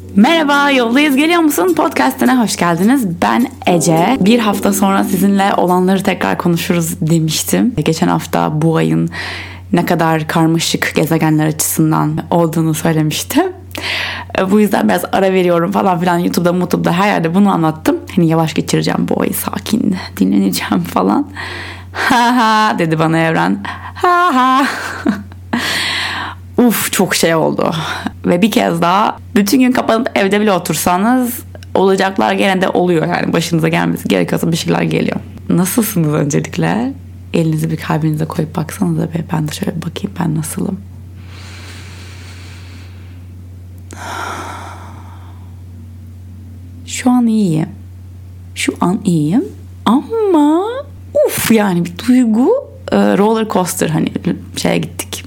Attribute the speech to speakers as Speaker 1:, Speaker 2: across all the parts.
Speaker 1: Merhaba, Yoldayız Geliyor Musun? Podcast'ine hoş geldiniz. Ben Ece. Bir hafta sonra sizinle olanları tekrar konuşuruz demiştim. Geçen hafta bu ayın ne kadar karmaşık gezegenler açısından olduğunu söylemiştim. Bu yüzden biraz ara veriyorum falan filan. YouTube'da her yerde bunu anlattım. Hani yavaş geçireceğim bu ayı, sakin dinleneceğim falan. Ha ha dedi bana evren. Ha ha. Uf, çok şey oldu. Ve bir kez daha bütün gün kapanıp evde bile otursanız olacaklar gene de oluyor yani. Başınıza gelmesi gerekiyorsa bir şeyler geliyor. Nasılsınız öncelikle? Elinizi bir kalbinize koyup baksanıza be. Ben de şöyle bakayım, ben nasılım? Şu an iyiyim. Ama yani bir duygu roller coaster, hani şeye gittik.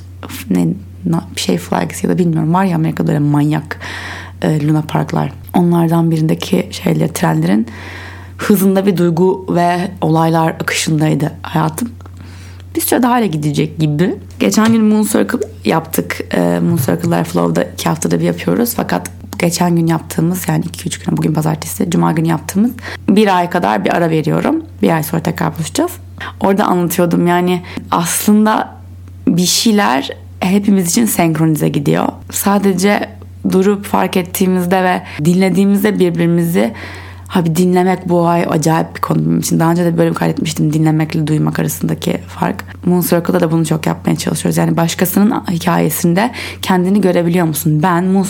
Speaker 1: Bir şey Flags ya da bilmiyorum, var ya Amerika'da öyle manyak Luna Parklar. Onlardan birindeki trenlerin hızında bir duygu ve olaylar akışındaydı hayatım. Bir süre daha gidecek gibi. Geçen gün Moon Circle yaptık. Moon Circle'lar Flow'da 2 haftada bir yapıyoruz. Fakat geçen gün yaptığımız, yani 2-3 gün, bugün pazartesi, cuma günü yaptığımız bir ay kadar bir ara veriyorum. Bir ay sonra tekrar buluşacağız. Orada anlatıyordum, yani aslında bir şeyler hepimiz için senkronize gidiyor. Sadece durup fark ettiğimizde ve dinlediğimizde birbirimizi, dinlemek bu ay acayip bir konu benim için. Daha önce de bir bölüm kaydetmiştim, dinlemekle duymak arasındaki fark. Moon Circle'da da bunu çok yapmaya çalışıyoruz. Yani başkasının hikayesinde kendini görebiliyor musun? Ben Moon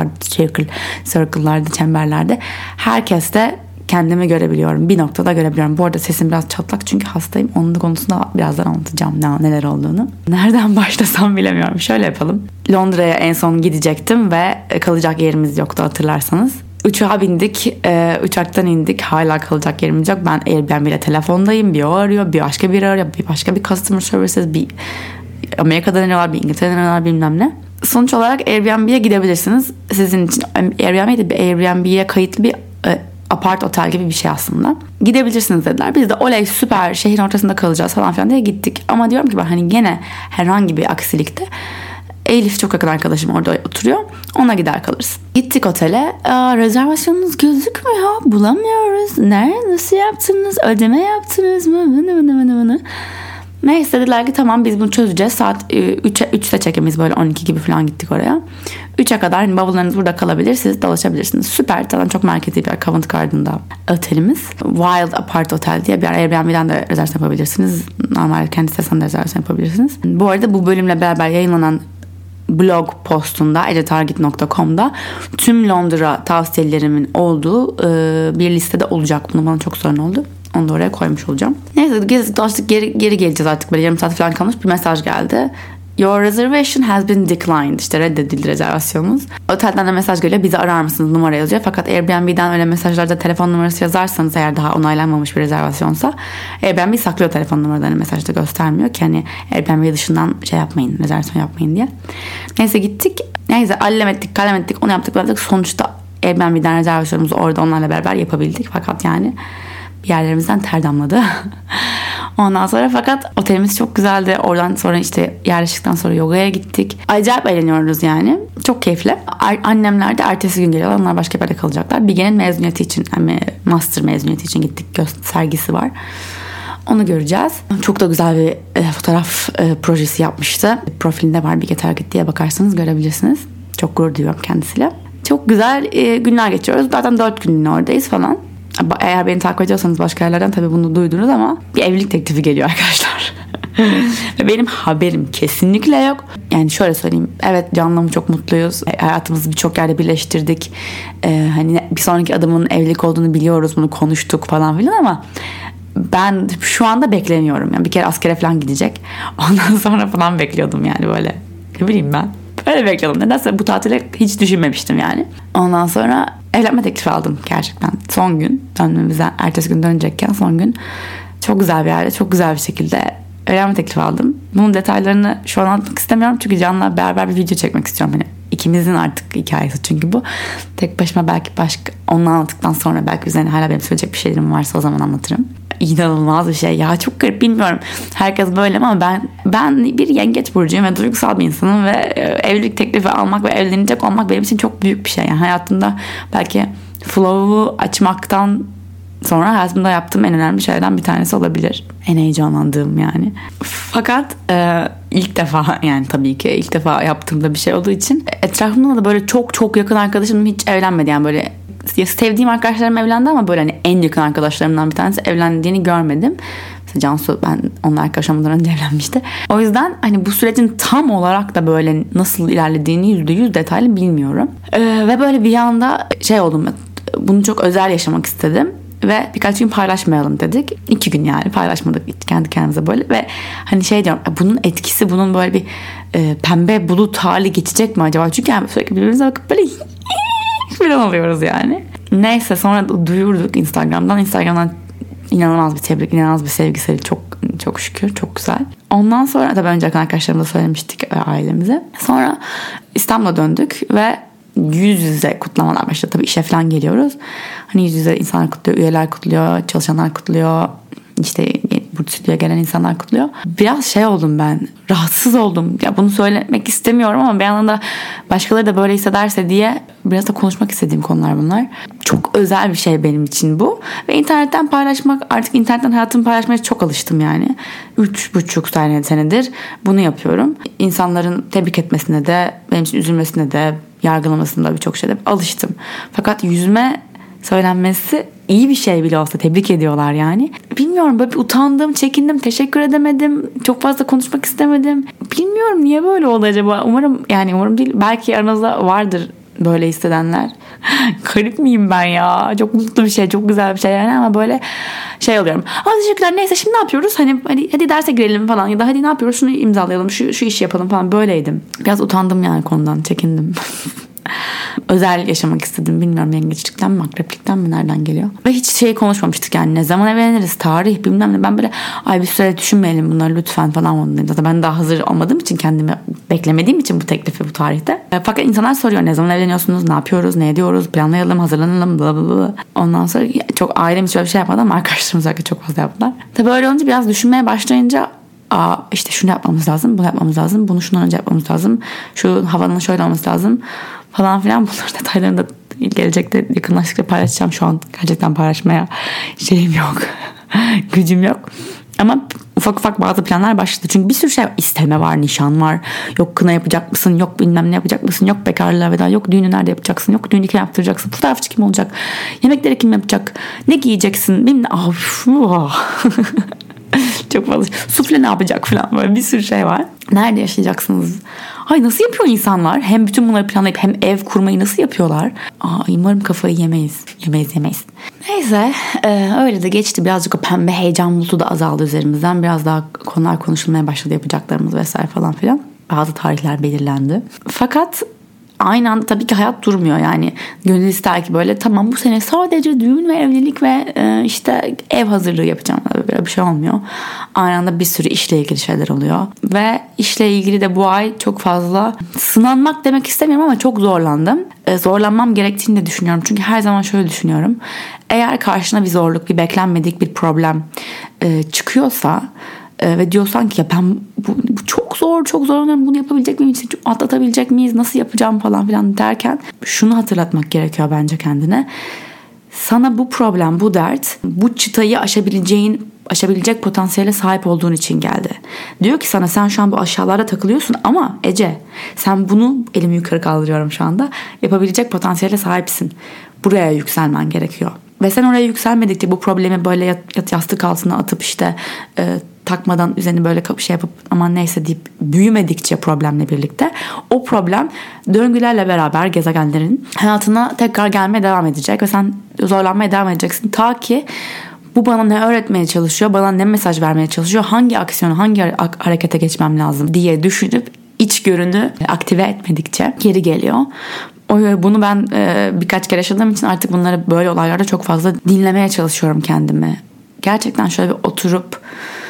Speaker 1: Circle'larda, çemberlerde herkeste kendimi görebiliyorum. Bir noktada görebiliyorum. Bu arada sesim biraz çatlak çünkü hastayım. Onun konusunda birazdan anlatacağım neler olduğunu. Nereden başlasam bilemiyorum. Şöyle yapalım. Londra'ya en son gidecektim ve kalacak yerimiz yoktu, hatırlarsanız. Uçağa bindik. Uçaktan indik. Hala kalacak yerimiz yok. Ben Airbnb ile telefondayım. Bir o arıyor. Bir başka biri arıyor. Bir başka bir customer services. Bir Amerika'dan arıyorlar. Bir İngiltere'den arıyorlar. Bilmem ne. Sonuç olarak Airbnb'ye gidebilirsiniz. Sizin için Airbnb de bir Airbnb'ye kayıtlı bir apart otel gibi bir şey aslında. Gidebilirsiniz dediler. Biz de oley süper, şehrin ortasında kalacağız falan filan diye gittik. Ama diyorum ki ben gene herhangi bir aksilikte Elif, çok yakın arkadaşım, orada oturuyor. Ona gider kalırız. Gittik otele. Rezervasyonunuz gözükmüyor. Bulamıyoruz. Nerede? Nasıl yaptınız? Ödeme yaptınız mı? Neyse dediler ki tamam, biz bunu çözeceğiz. Saat 3'te çekimiz, böyle 12 gibi falan gittik oraya. 3'e kadar bavullarınız burada kalabilir. Siz dolaşabilirsiniz. Süper. Zaten çok merkezi bir yer. Covent Garden'da otelimiz. Wild Apart Otel diye bir yer. Airbnb'den de rezervasyon yapabilirsiniz. Normal kendi sitesinden de rezervasyon yapabilirsiniz. Bu arada bu bölümle beraber yayınlanan blog postunda ecetargit.com'da tüm Londra tavsiyelerimin olduğu bir listede olacak. Bunu bana çok sorun oldu. Onu da oraya koymuş olacağım. Neyse gezdik dolaştık, geri geleceğiz artık, böyle yarım saat falan kalmış, bir mesaj geldi. Your reservation has been declined. İşte reddedildi rezervasyonunuz. Otelden de mesaj geliyor. Bizi arar mısınız? Numara yazıyor. Fakat Airbnb'den öyle mesajlarda telefon numarası yazarsanız, eğer daha onaylanmamış bir rezervasyonsa, Airbnb saklıyor telefon numaralarını, mesajda göstermiyor ki hani Airbnb dışından yapmayın, rezervasyon yapmayın diye. Neyse gittik. Neyse allem ettik, kalem ettik, onu yaptık. Sonuçta Airbnb'den rezervasyonumuzu orada onlarla beraber yapabildik. Fakat yani bir yerlerimizden ter damladı. Ondan sonra fakat otelimiz çok güzeldi. Oradan sonra yerleştikten sonra yogaya gittik. Acayip eğleniyoruz yani. Çok keyifli. Annemler de ertesi gün geliyorlar. Onlar başka bir yerde kalacaklar. Bilge'nin mezuniyeti için, master mezuniyeti için gittik. Sergisi var. Onu göreceğiz. Çok da güzel bir fotoğraf projesi yapmıştı. Profilinde var, Bilge Targit diye bakarsanız görebilirsiniz. Çok gurur duyuyorum kendisiyle. Çok güzel günler geçiyoruz. Zaten 4 günlüğüne oradayız falan. Eğer beni takip ediyorsanız başka yerlerden tabii bunu duydunuz ama bir evlilik teklifi geliyor arkadaşlar. Ve benim haberim kesinlikle yok. Yani şöyle söyleyeyim. Evet, Can'la çok mutluyuz. Hayatımızı birçok yerde birleştirdik. Bir sonraki adımın evlilik olduğunu biliyoruz. Bunu konuştuk falan filan ama ben şu anda beklemiyorum. Yani bir kere askere falan gidecek. Ondan sonra falan bekliyordum yani böyle. Ne bileyim ben. Böyle bekliyordum. Nedense bu tatile hiç düşünmemiştim yani. Ondan sonra evlenme teklifi aldım gerçekten. Son gün dönmemizden, ertesi gün dönecekken son gün. Çok güzel bir yerde, çok güzel bir şekilde evlenme teklifi aldım. Bunun detaylarını şu an anlatmak istemiyorum. Çünkü Can'la beraber bir video çekmek istiyorum. Hani ikimizin artık hikayesi çünkü bu. Tek başıma belki onu anlattıktan sonra belki üzerine hala benim söyleyecek bir şeylerim varsa o zaman anlatırım. inanılmaz bir şey ya, çok garip, bilmiyorum herkes böyle mi ama ben bir yengeç burcuyum ve duygusal bir insanım ve evlilik teklifi almak ve evlenecek olmak benim için çok büyük bir şey. Yani hayatımda belki flow'u açmaktan sonra hayatımda yaptığım en önemli şeylerden bir tanesi olabilir. En heyecanlandığım yani. Fakat ilk defa, yani tabii ki ilk defa yaptığımda bir şey olduğu için etrafımda da böyle çok çok yakın arkadaşım hiç evlenmedi. Yani böyle sevdiğim arkadaşlarım evlendi ama böyle hani en yakın arkadaşlarımdan bir tanesi evlendiğini görmedim. Mesela Cansu, ben onunla arkadaş olmadan önce evlenmişti. O yüzden hani bu sürecin tam olarak da böyle nasıl ilerlediğini %100 detaylı bilmiyorum. Ve böyle bir anda şey oldum, bunu çok özel yaşamak istedim. Ve birkaç gün paylaşmayalım dedik. 2 gün yani paylaşmadık kendi kendimize böyle. Ve hani şey diyorum, bunun etkisi, bunun böyle bir pembe bulut hali geçecek mi acaba? Çünkü yani sürekli birbirimize bakıp böyle falan oluyoruz yani. Neyse, sonra duyurduk Instagram'dan inanılmaz bir tebrik, inanılmaz bir sevgiseli, çok çok şükür, çok güzel. Ondan sonra tabii önceki arkadaşlarımla söylemiştik ailemize. Sonra İstanbul'a döndük ve yüz yüze kutlamalar başladı. Tabii işe falan geliyoruz. Hani yüz yüze insanlar kutluyor, üyeler kutluyor, çalışanlar kutluyor. İşte bu stüdyoya gelen insanlar kutluyor. Biraz şey oldum ben. Rahatsız oldum. Ya bunu söylemek istemiyorum ama bir yandan da başkaları da böyle hissederse diye biraz da konuşmak istediğim konular bunlar. Çok özel bir şey benim için bu. Ve internetten paylaşmak, artık internetten hayatımı paylaşmaya çok alıştım yani. 3,5 senedir bunu yapıyorum. İnsanların tebrik etmesine de, benim için üzülmesine de, yargılamasında birçok şeyde alıştım. Fakat yüzüme söylenmesi iyi bir şey bile olsa tebrik ediyorlar yani. Bilmiyorum, böyle bir utandım, çekindim, teşekkür edemedim. Çok fazla konuşmak istemedim. Bilmiyorum niye böyle oldu acaba. Umarım değil. Belki aranızda vardır böyle hissedenler. Garip miyim ben ya? Çok mutlu bir şey, çok güzel bir şey yani, ama böyle şey oluyorum. Teşekkürler. Neyse şimdi ne yapıyoruz? Hani hadi derse girelim falan, ya da hadi ne yapıyoruz? Şunu imzalayalım, şu işi yapalım falan, böyleydim. Biraz utandım yani, konudan çekindim. Özel yaşamak istedim. Bilmiyorum, yengeçlikten mi, akreplikten mi, nereden geliyor? Ve hiç şey konuşmamıştık yani, ne zaman evleniriz, tarih bilmem ne. Ben böyle bir süre düşünmeyelim bunları lütfen falan modundayım. Zaten ben daha hazır olmadığım için, kendimi beklemediğim için bu teklifi bu tarihte. Fakat insanlar soruyor, ne zaman evleniyorsunuz, ne yapıyoruz, ne ediyoruz, planlayalım, hazırlanalım, bla bla bla. Ondan sonra çok ailem hiç öyle bir şey yapmadı ama arkadaşlarımız çok fazla yaptılar. Tabii öyle olunca, biraz düşünmeye başlayınca işte şunu yapmamız lazım, bunu yapmamız lazım, bunu şundan önce yapmamız lazım, şu havanın şöyle olması lazım falan filan. Bunların detaylarını da gelecekte yakınlaştıkça paylaşacağım. Şu an gerçekten paylaşmaya şeyim yok. Gücüm yok. Ama ufak ufak bazı planlar başladı. Çünkü bir sürü şey var. İsteme var, nişan var. Yok kına yapacak mısın? Yok bilmem ne yapacak mısın? Yok bekarlığa veda. Yok düğünü nerede yapacaksın? Yok düğünü kim yaptıracaksın? Fotoğrafçı kim olacak? Yemekleri kim yapacak? Ne giyeceksin? Bilmem. Çok fazla. Sufle ne yapacak falan, böyle bir sürü şey var. Nerede yaşayacaksınız? Nasıl yapıyor insanlar? Hem bütün bunları planlayıp hem ev kurmayı nasıl yapıyorlar? Umarım kafayı yemeyiz. Yemeyiz. Neyse, öyle de geçti. Birazcık o pembe heyecan bulutu da azaldı üzerimizden. Biraz daha konular konuşulmaya başladı, yapacaklarımız vesaire falan filan. Bazı tarihler belirlendi. Fakat aynı anda tabii ki hayat durmuyor yani. Gönül ister ki böyle, tamam bu sene sadece düğün ve evlilik ve işte ev hazırlığı yapacağım. Böyle bir şey olmuyor. Aynı anda bir sürü işle ilgili şeyler oluyor. Ve işle ilgili de bu ay çok fazla sınanmak demek istemiyorum ama çok zorlandım. Zorlanmam gerektiğini de düşünüyorum. Çünkü her zaman şöyle düşünüyorum. Eğer karşına bir zorluk, bir beklenmedik bir problem çıkıyorsa ve diyorsan ki ya ben bu çok zor, çok zorlanıyorum, bunu yapabilecek miyim, atlatabilecek miyiz, nasıl yapacağım falan filan derken şunu hatırlatmak gerekiyor bence kendine. Sana bu problem, bu dert, bu çıtayı aşabilecek potansiyele sahip olduğun için geldi. Diyor ki sana, sen şu an bu aşağılarda takılıyorsun ama Ece, sen bunu, elimi yukarı kaldırıyorum şu anda, yapabilecek potansiyele sahipsin. Buraya yükselmen gerekiyor. Ve sen oraya yükselmedikçe, bu problemi böyle yastık altına atıp işte takmadan üzerini böyle şey yapıp aman neyse deyip büyümedikçe problemle birlikte, o problem döngülerle beraber gezegenlerin hayatına tekrar gelmeye devam edecek ve sen zorlanmaya devam edeceksin ta ki bu bana ne öğretmeye çalışıyor, bana ne mesaj vermeye çalışıyor, hangi aksiyonu, hangi harekete geçmem lazım diye düşünüp içgörünü aktive etmedikçe geri geliyor. Bunu ben birkaç kere yaşadığım için artık bunları, böyle olaylarda çok fazla dinlemeye çalışıyorum kendimi. Gerçekten şöyle bir oturup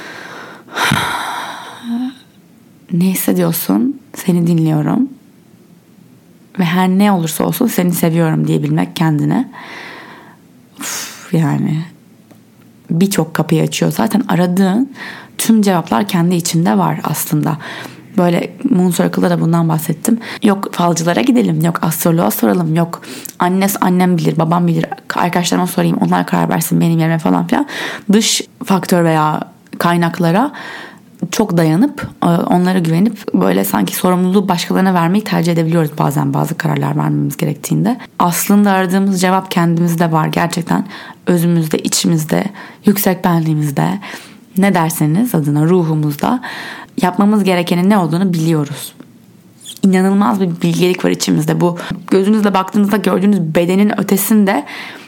Speaker 1: ne hissediyorsun? Seni dinliyorum. Ve her ne olursa olsun seni seviyorum diyebilmek kendine. Yani birçok kapıyı açıyor. Zaten aradığın tüm cevaplar kendi içinde var aslında. Böyle Moon Circle'da da bundan bahsettim. Yok falcılara gidelim, yok astroloğa soralım, yok annem bilir, babam bilir, arkadaşlarıma sorayım, onlar karar versin benim yerime falan filan. Dış faktör veya kaynaklara çok dayanıp onlara güvenip böyle sanki sorumluluğu başkalarına vermeyi tercih edebiliyoruz bazen bazı kararlar vermemiz gerektiğinde. Aslında aradığımız cevap kendimizde var gerçekten, özümüzde, içimizde, yüksek benliğimizde, ne derseniz adına, ruhumuzda. Yapmamız gerekenin ne olduğunu biliyoruz. İnanılmaz bir bilgelik var içimizde. Bu gözünüzle baktığınızda gördüğünüz bedenin ötesinde,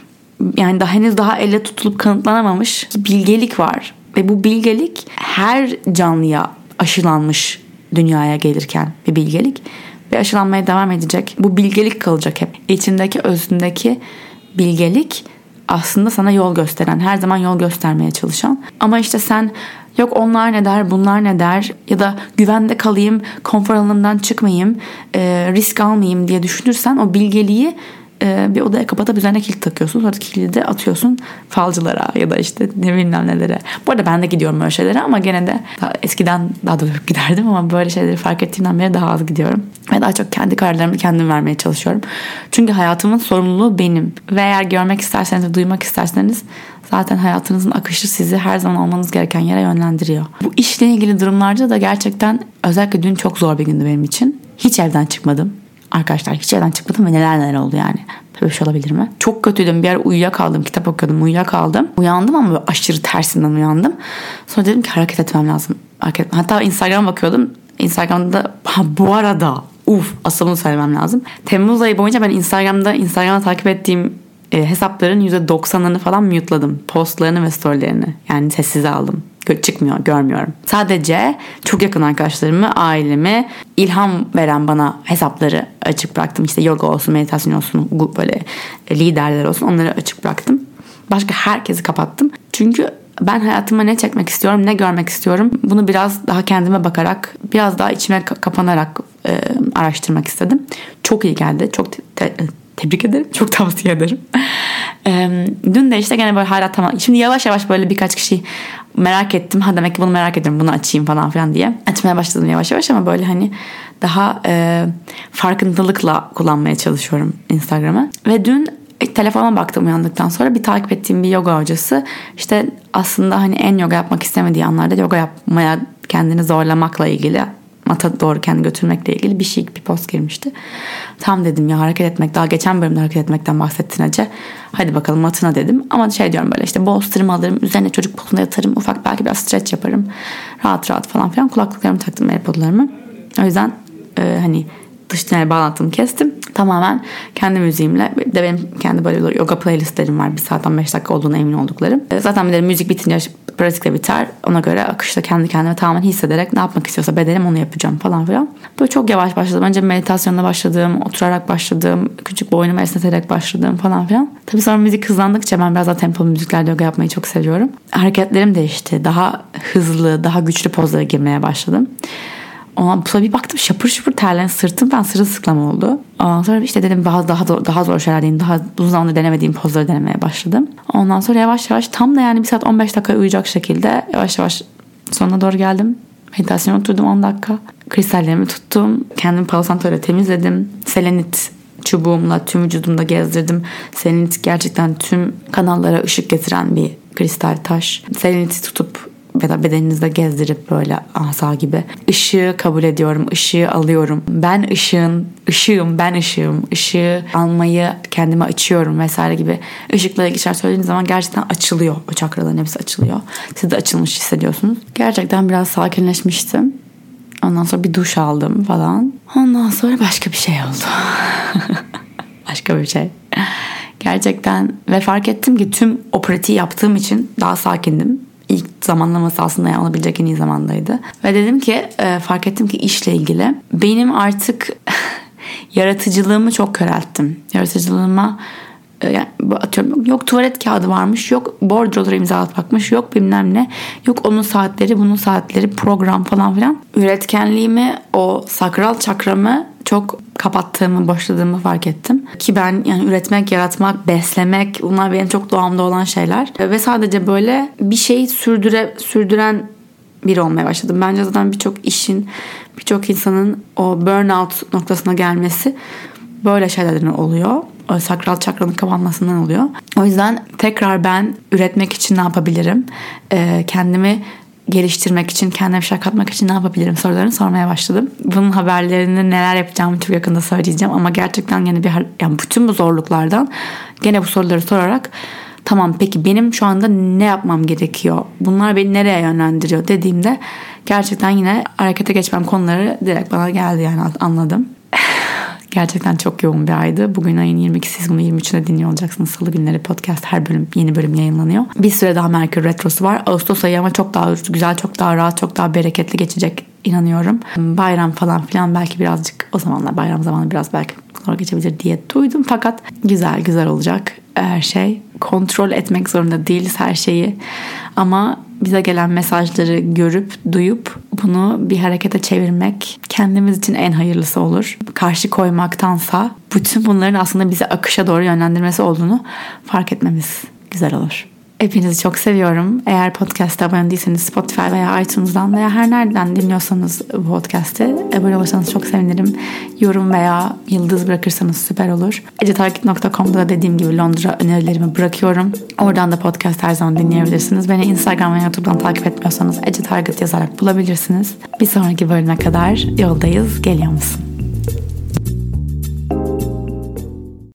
Speaker 1: yani henüz daha elle tutulup kanıtlanamamış bilgelik var. Ve bu bilgelik her canlıya aşılanmış, dünyaya gelirken bir bilgelik. Ve aşılanmaya devam edecek. Bu bilgelik kalacak hep. İçindeki, özündeki bilgelik aslında sana yol gösteren, her zaman yol göstermeye çalışan. Ama işte sen yok onlar ne der, bunlar ne der ya da güvende kalayım, konfor alanından çıkmayayım, risk almayayım diye düşünürsen o bilgeliği bir odaya kapatıp üzerine kilit takıyorsun. Sonra kilidi de atıyorsun falcılara ya da işte ne bilmem nelere. Bu arada ben de gidiyorum böyle şeylere ama gene de eskiden daha da giderdim ama böyle şeyleri fark ettiğimden beri daha az gidiyorum. Ve daha çok kendi kararlarımı kendim vermeye çalışıyorum. Çünkü hayatımın sorumluluğu benim. Ve eğer görmek isterseniz ve duymak isterseniz zaten hayatınızın akışı sizi her zaman olmanız gereken yere yönlendiriyor. Bu işle ilgili durumlarda da gerçekten özellikle dün çok zor bir gündü benim için. Hiç evden çıkmadım. Arkadaşlar hiç evden çıkmadım ve neler oldu yani. Böyle bir şey olabilir mi? Çok kötüydüm. Bir yer uyuyakaldım. Kitap okuyordum. Uyuyakaldım. Uyandım ama böyle aşırı tersinden uyandım. Sonra dedim ki hareket etmem lazım. Hatta Instagram bakıyordum. Instagram'da bu arada asıl bunu söylemem lazım. Temmuz ayı boyunca ben Instagram'da takip ettiğim hesapların %90'ını falan mute'ladım. Postlarını ve storylerini. Yani sessize aldım. Çıkmıyor, görmüyorum. Sadece çok yakın arkadaşlarımı, ailemi, ilham veren bana hesapları açık bıraktım. İşte yoga olsun, meditasyon olsun, böyle liderler olsun, onları açık bıraktım. Başka herkesi kapattım. Çünkü ben hayatıma ne çekmek istiyorum, ne görmek istiyorum. Bunu biraz daha kendime bakarak, biraz daha içime kapanarak araştırmak istedim. Çok iyi geldi. Çok tebrik ederim. Çok tavsiye ederim. Dün de işte gene böyle hala tamam. Şimdi yavaş yavaş böyle birkaç kişi merak ettim. Demek ki bunu merak ediyorum. Bunu açayım falan filan diye. Açmaya başladım yavaş yavaş ama böyle hani daha farkındalıkla kullanmaya çalışıyorum Instagram'ı. Ve dün telefona baktım uyandıktan sonra, bir takip ettiğim bir yoga hocası işte aslında hani en yoga yapmak istemediği anlarda yoga yapmaya kendini zorlamakla ilgili, mata doğru kendini götürmekle ilgili bir post girmişti. Tam dedim ya, hareket etmek, daha geçen bölümde hareket etmekten bahsettin Ece. Hadi bakalım matına dedim. Ama diyorum böyle işte bolster'ımı alırım, üzerine çocuk pozunda yatarım, ufak belki biraz stretch yaparım. Rahat rahat falan filan. Kulaklıklarımı taktım, AirPod'larımı. O yüzden hani dış dünyaya bağlantımı kestim. Tamamen kendi müziğimle, bir de benim kendi böyle yoga playlistlerim var. 1 saat 15 dakika olduğuna emin olduklarım. Zaten bir de müzik bitince pratik de biter. Ona göre akışta kendi kendime tamamen hissederek ne yapmak istiyorsa bedenim onu yapacağım falan filan. Böyle çok yavaş başladım. Önce meditasyonla başladım, oturarak başladım, küçük boynumu esneterek başladım falan filan. Tabii sonra müzik hızlandıkça ben biraz daha tempolu müziklerle yoga yapmayı çok seviyorum. Hareketlerim değişti. Daha hızlı, daha güçlü pozlara girmeye başladım. Ondan sonra bir baktım şapır şapır terlen, sırtımdan sırılsıklam oldu. Ondan sonra işte dedim daha zor şeyler diyeyim. Daha uzun zamandır denemediğim pozları denemeye başladım. Ondan sonra yavaş yavaş tam da yani 1 saat 15 dakika uyuyacak şekilde yavaş yavaş sonuna doğru geldim. Meditasyona oturdum 10 dakika. Kristallerimi tuttum. Kendimi Palo Santo ile temizledim. Selenit çubuğumla tüm vücudumda gezdirdim. Selenit gerçekten tüm kanallara ışık getiren bir kristal taş. Seleniti tutup ya da bedeninizde gezdirip böyle asa gibi. Işığı kabul ediyorum, ışığı alıyorum. Ben ışığım, ben ışığım. Işığı almayı kendime açıyorum vesaire gibi ışıkla ilgili şeyler söylediğiniz zaman gerçekten açılıyor. O çakraların hepsi açılıyor. Siz de açılmış hissediyorsunuz. Gerçekten biraz sakinleşmiştim. Ondan sonra bir duş aldım falan. Ondan sonra başka bir şey oldu. Başka bir şey. Gerçekten ve fark ettim ki tüm o pratiği yaptığım için daha sakindim. İlk zamanlaması aslında olabilecek en iyi zamandaydı. Ve dedim ki fark ettim ki işle ilgili benim artık yaratıcılığımı çok körelttim. Yaratıcılığıma yani atıyorum yok tuvalet kağıdı varmış, yok bordrolara imza atmakmış, yok bilmem ne, yok onun saatleri bunun saatleri program falan filan. Üretkenliğimi, o sakral çakramı çok kapattığımı, boşladığımı fark ettim. Ki ben yani üretmek, yaratmak, beslemek, bunlar benim çok doğamda olan şeyler. Ve sadece böyle bir şeyi sürdüren biri olmaya başladım. Bence zaten birçok işin, birçok insanın o burnout noktasına gelmesi böyle şeylerden oluyor. O sakral çakranın kapanmasından oluyor. O yüzden tekrar ben üretmek için ne yapabilirim? Kendimi geliştirmek için, kendime bir şey katmak için ne yapabilirim sorularını sormaya başladım. Bunun haberlerini, neler yapacağımı çok yakında söyleyeceğim. Ama gerçekten yani bütün bu zorluklardan gene bu soruları sorarak tamam peki benim şu anda ne yapmam gerekiyor? Bunlar beni nereye yönlendiriyor dediğimde gerçekten yine harekete geçmem konuları direkt bana geldi, yani anladım. Gerçekten çok yoğun bir aydı. Bugün ayın 22'si, siz bunu 23'üne dinliyor olacaksınız. Salı günleri podcast, her bölüm, yeni bölüm yayınlanıyor. Bir süre daha Merkür Retrosu var. Ağustos ayı ama çok daha güzel, çok daha rahat, çok daha bereketli geçecek inanıyorum. Bayram falan filan belki birazcık, o zamanlar bayram zamanı biraz belki zor geçebilir diye duydum. Fakat güzel olacak her şey. Kontrol etmek zorunda değiliz her şeyi. Ama bize gelen mesajları görüp, duyup bunu bir harekete çevirmek kendimiz için en hayırlısı olur. Karşı koymaktansa bütün bunların aslında bizi akışa doğru yönlendirmesi olduğunu fark etmemiz güzel olur. Hepinizi çok seviyorum. Eğer podcast'a abone değilseniz Spotify veya iTunes'dan veya her nereden dinliyorsanız bu podcast'ı abone olursanız çok sevinirim. Yorum veya yıldız bırakırsanız süper olur. ecetargit.com'da da dediğim gibi Londra önerilerimi bırakıyorum. Oradan da podcast her zaman dinleyebilirsiniz. Beni Instagram ve YouTube'dan takip etmiyorsanız Ece Targıt yazarak bulabilirsiniz. Bir sonraki bölüme kadar yoldayız. Geliyor musun?